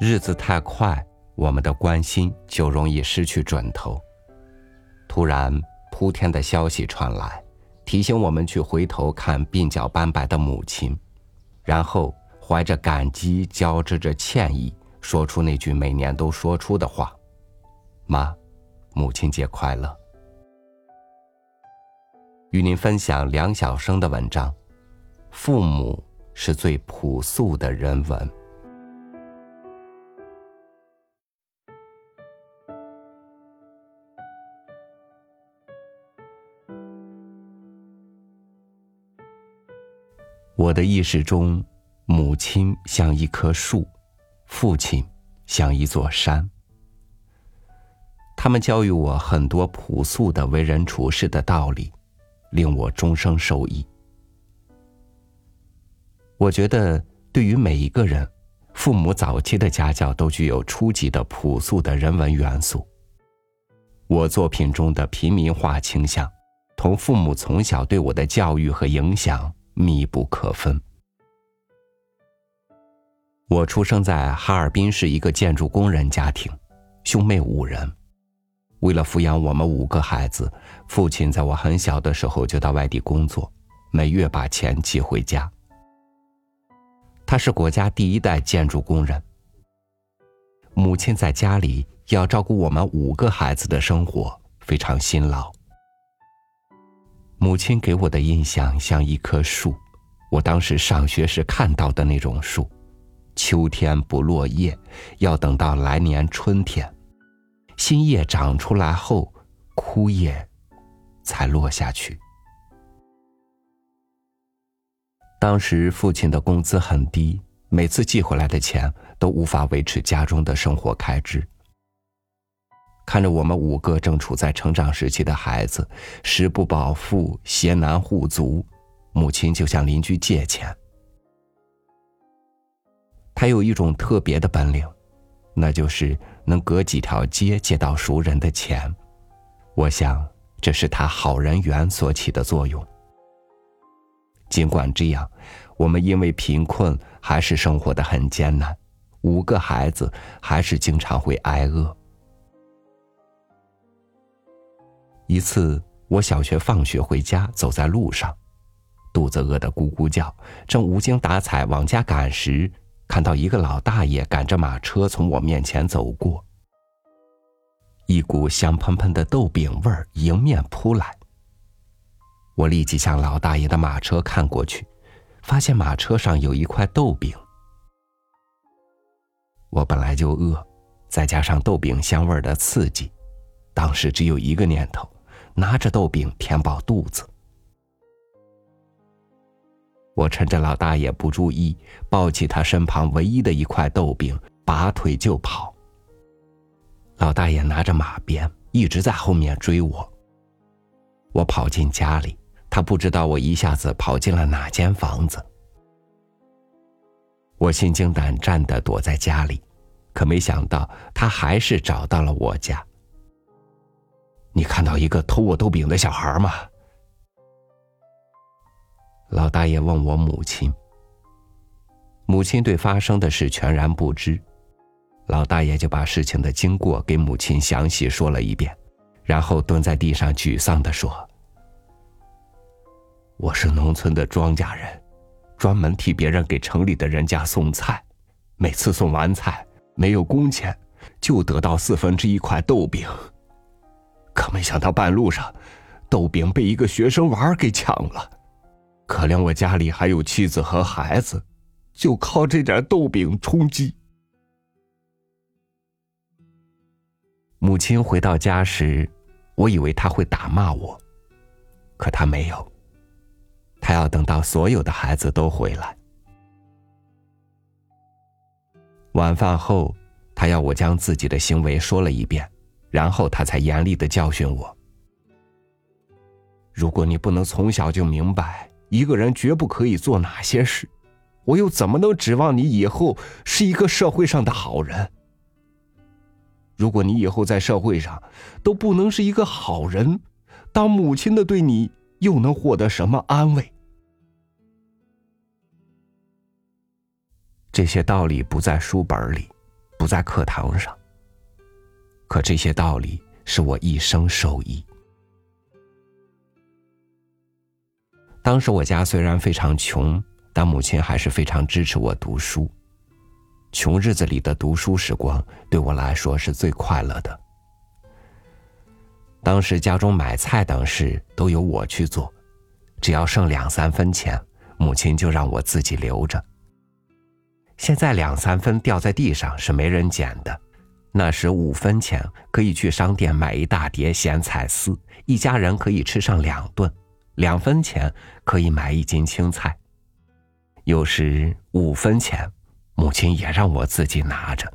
日子太快，我们的关心就容易失去准头。突然铺天的消息传来，提醒我们去回头看鬓角斑白的母亲，然后怀着感激交织着歉意，说出那句每年都说出的话：妈，母亲节快乐。与您分享梁晓声的文章，父母是最朴素的人文。我的意识中，母亲像一棵树，父亲像一座山。他们教育我很多朴素的为人处事的道理，令我终生受益。我觉得对于每一个人，父母早期的家教都具有初级的朴素的人文元素。我作品中的平民化倾向，同父母从小对我的教育和影响密不可分。我出生在哈尔滨市一个建筑工人家庭，兄妹5人。为了抚养我们5个孩子，父亲在我很小的时候就到外地工作，每月把钱寄回家。他是国家第1代建筑工人。母亲在家里要照顾我们5个孩子的生活，非常辛劳。母亲给我的印象像一棵树，我当时上学时看到的那种树，秋天不落叶，要等到来年春天，新叶长出来后，枯叶才落下去。当时父亲的工资很低，每次寄回来的钱都无法维持家中的生活开支。看着我们5个正处在成长时期的孩子，食不饱腹，鞋难护足，母亲就向邻居借钱。她有一种特别的本领，那就是能隔几条街借到熟人的钱。我想这是她好人缘所起的作用。尽管这样，我们因为贫困还是生活得很艰难，5个孩子还是经常会挨饿。一次，我小学放学回家，走在路上，肚子饿得咕咕叫，正无精打采往家赶时，看到一个老大爷赶着马车从我面前走过。一股香喷喷的豆饼味儿迎面扑来。我立即向老大爷的马车看过去，发现马车上有一块豆饼。我本来就饿，再加上豆饼香味的刺激，当时只有一个念头，拿着豆饼填饱肚子。我趁着老大爷不注意，抱起他身旁唯一的一块豆饼，拔腿就跑。老大爷拿着马鞭，一直在后面追我。我跑进家里，他不知道我一下子跑进了哪间房子。我心惊胆战地躲在家里，可没想到他还是找到了我家。你看到一个偷我豆饼的小孩吗？老大爷问我母亲。母亲对发生的事全然不知，老大爷就把事情的经过给母亲详细说了一遍，然后蹲在地上沮丧地说：我是农村的庄稼人，专门替别人给城里的人家送菜，每次送完菜没有工钱，就得到1/4块豆饼。可没想到半路上，豆饼被一个学生娃给抢了。可怜我家里还有妻子和孩子，就靠这点豆饼充饥。母亲回到家时，我以为她会打骂我，可她没有，她要等到所有的孩子都回来。晚饭后，她要我将自己的行为说了一遍，然后她才严厉地教训我：如果你不能从小就明白一个人绝不可以做哪些事，我又怎么能指望你以后是一个社会上的好人？如果你以后在社会上都不能是一个好人，当母亲的对你又能获得什么安慰？这些道理不在书本里， 不在课堂上。可这些道理是我一生受益。当时我家虽然非常穷，但母亲还是非常支持我读书。穷日子里的读书时光对我来说是最快乐的。当时家中买菜等事都由我去做，只要剩2-3分钱，母亲就让我自己留着。现在2-3分掉在地上是没人捡的，那时5分钱可以去商店买一大碟咸菜丝，一家人可以吃上2顿，2分钱可以买1斤青菜。有时5分钱，母亲也让我自己拿着。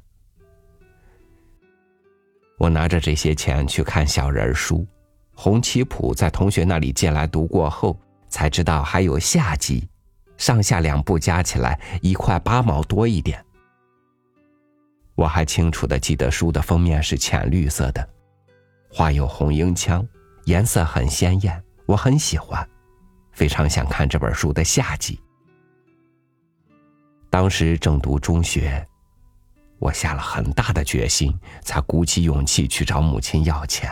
我拿着这些钱去看小人书，红旗谱在同学那里借来读过后，才知道还有下集，上下2部加起来1块8毛多一点。我还清楚地记得书的封面是浅绿色的，画有红缨枪，颜色很鲜艳，我很喜欢，非常想看这本书的下集。当时正读中学，我下了很大的决心，才鼓起勇气去找母亲要钱。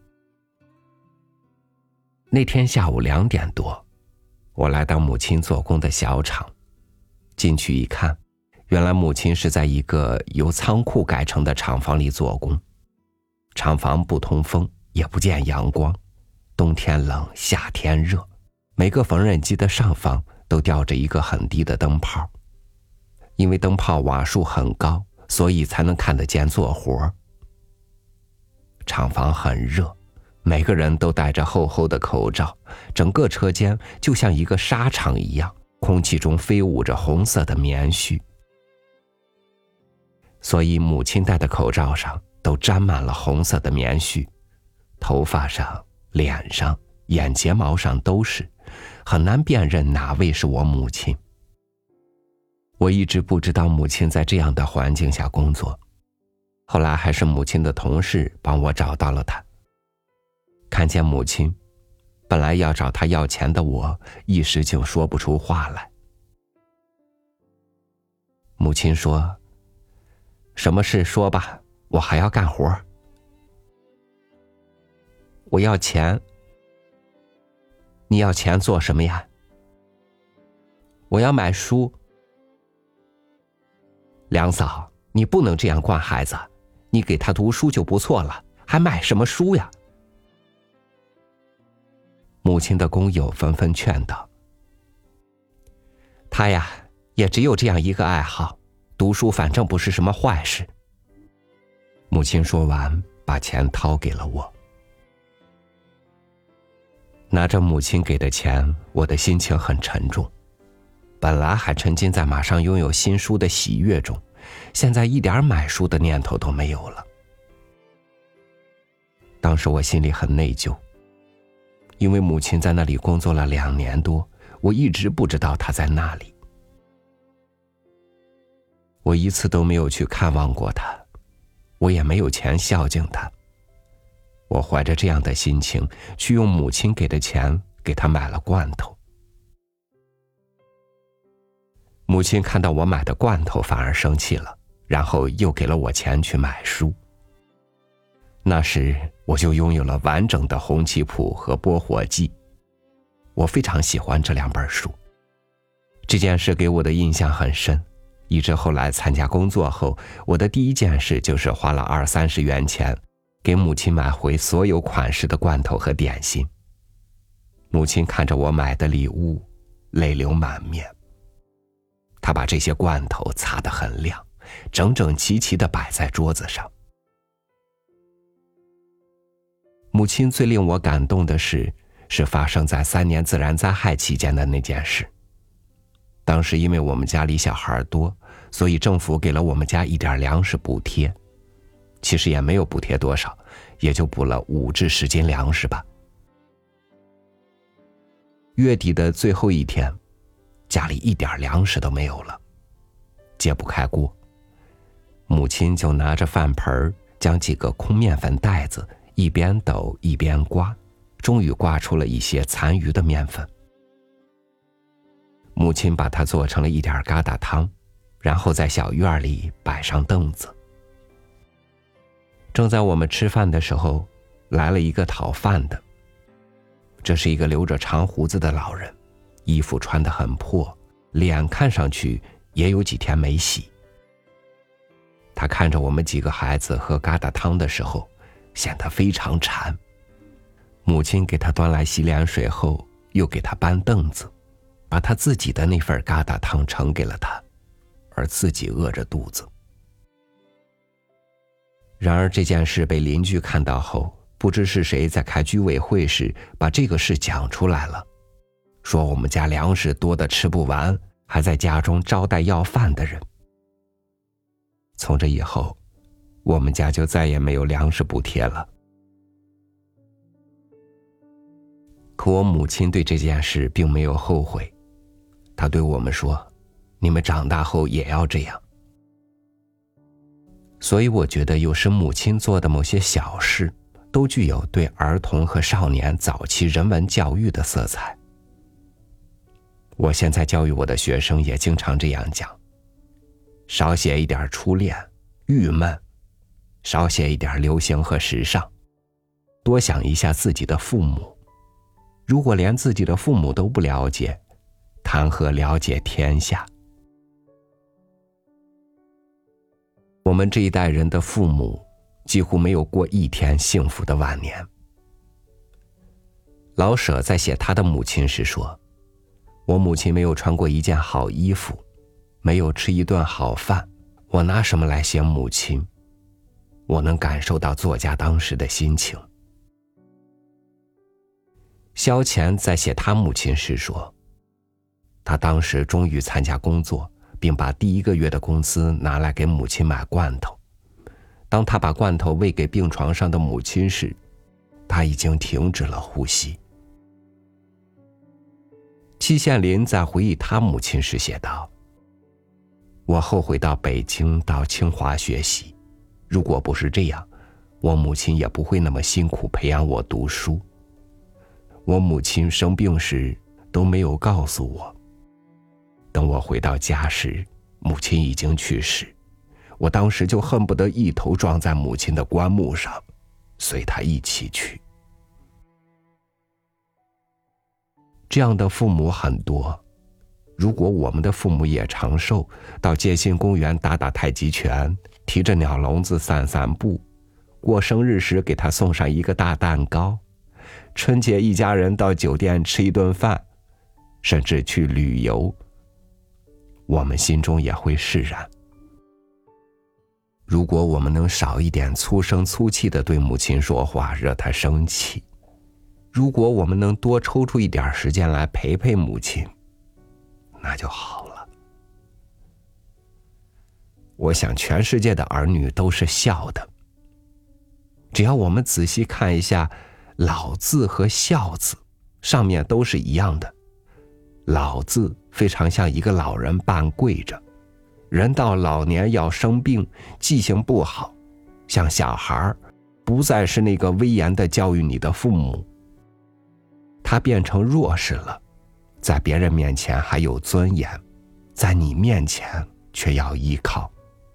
那天下午2点多，我来到母亲做工的小厂，进去一看，原来母亲是在一个由仓库改成的厂房里做工。厂房不通风，也不见阳光，冬天冷，夏天热，每个缝纫机的上方都吊着一个很低的灯泡，因为灯泡瓦数很高，所以才能看得见做活。厂房很热，每个人都戴着厚厚的口罩，整个车间就像一个沙场一样，空气中飞舞着红色的棉絮。所以母亲戴的口罩上都沾满了红色的棉絮，头发上、脸上、眼睫毛上都是，很难辨认哪位是我母亲。我一直不知道母亲在这样的环境下工作，后来还是母亲的同事帮我找到了她。看见母亲，本来要找她要钱的我，一时竟说不出话来。母亲说：“什么事说吧，我还要干活。”我要钱。你要钱做什么呀？我要买书。梁嫂，你不能这样惯孩子，你给他读书就不错了，还买什么书呀？母亲的工友纷纷劝道：“他呀，也只有这样一个爱好，读书反正不是什么坏事。”母亲说完，把钱掏给了我。拿着母亲给的钱，我的心情很沉重。本来还沉浸在马上拥有新书的喜悦中，现在一点买书的念头都没有了。当时我心里很内疚，因为母亲在那里工作了2年多，我一直不知道她在那里。我一次都没有去看望过她，我也没有钱孝敬她。我怀着这样的心情，去用母亲给的钱给她买了罐头。母亲看到我买的罐头反而生气了，然后又给了我钱去买书。那时我就拥有了完整的红旗谱和拨火记，我非常喜欢这2本书。这件事给我的印象很深，以致后来参加工作后，我的第一件事就是花了20-30元钱给母亲买回所有款式的罐头和点心。母亲看着我买的礼物，泪流满面。她把这些罐头擦得很亮，整整齐齐地摆在桌子上。母亲最令我感动的事，是发生在3年自然灾害期间的那件事。当时因为我们家里小孩多，所以政府给了我们家一点粮食补贴，其实也没有补贴多少，也就补了5至10斤粮食吧。月底的最后一天，家里一点粮食都没有了，揭不开锅，母亲就拿着饭盆，将几个空面粉袋子一边抖一边刮，终于刮出了一些残余的面粉。母亲把它做成了一点疙瘩汤，然后在小院里摆上凳子， 正在我们吃饭的时候，来了一个讨饭的。这是一个留着长胡子的老人，衣服穿得很破，脸看上去也有几天没洗。他看着我们几个孩子喝疙瘩汤的时候，显得非常馋。母亲给他端来洗脸水后，又给他搬凳子，把他自己的那份疙瘩汤盛给了他，而自己饿着肚子。然而这件事被邻居看到后，不知是谁在开居委会时把这个事讲出来了，说我们家粮食多得吃不完，还在家中招待要饭的人。从这以后，我们家就再也没有粮食补贴了。可我母亲对这件事并没有后悔，她对我们说，你们长大后也要这样。所以我觉得有时母亲做的某些小事都具有对儿童和少年早期人文教育的色彩。我现在教育我的学生也经常这样讲，少写一点初恋、郁闷，少写一点流行和时尚，多想一下自己的父母。如果连自己的父母都不了解，谈何了解天下？我们这一代人的父母几乎没有过一天幸福的晚年。老舍在写他的母亲时说，我母亲没有穿过一件好衣服，没有吃一顿好饭，我拿什么来写母亲？我能感受到作家当时的心情。萧乾在写他母亲时说，他当时终于参加工作，并把第1个月的工资拿来给母亲买罐头。当他把罐头喂给病床上的母亲时，他已经停止了呼吸。季羡林在回忆他母亲时写道，我后悔到北京到清华学习，如果不是这样，我母亲也不会那么辛苦培养我读书。我母亲生病时都没有告诉我，等我回到家时，母亲已经去世，我当时就恨不得一头撞在母亲的棺木上，随她一起去。这样的父母很多，如果我们的父母也长寿，到街心公园打打太极拳，提着鸟笼子散散步，过生日时给他送上一个大蛋糕，春节一家人到酒店吃一顿饭，甚至去旅游，我们心中也会释然。如果我们能少一点粗声粗气地对母亲说话，惹她生气，如果我们能多抽出一点时间来陪陪母亲，那就好了。我想全世界的儿女都是孝的，只要我们仔细看一下老字和孝字，上面都是一样的。老字非常像一个老人半跪着，人到老年要生病，记性不好，像小孩不再是那个威严的教育你的父母，他变成弱势了，在别人面前还有尊严，在你面前却要依靠。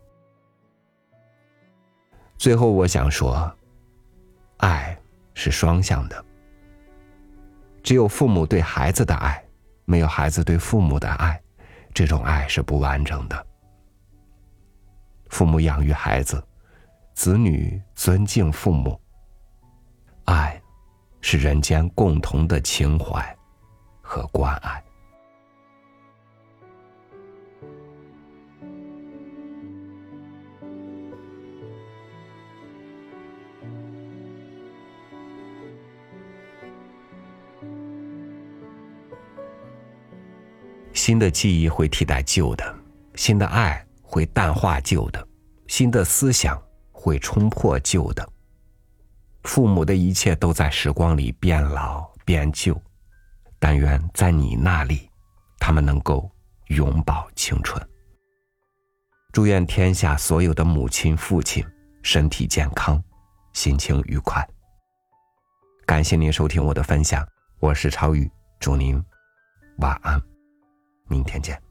最后我想说，爱是双向的，只有父母对孩子的爱，没有孩子对父母的爱，这种爱是不完整的。父母养育孩子，子女尊敬父母，爱是人间共同的情怀和关爱。新的记忆会替代旧的，新的爱会淡化旧的，新的思想会冲破旧的。父母的一切都在时光里变老变旧，但愿在你那里，他们能够永葆青春。祝愿天下所有的母亲父亲身体健康，心情愉快。感谢您收听我的分享，我是超宇，祝您晚安，明天见。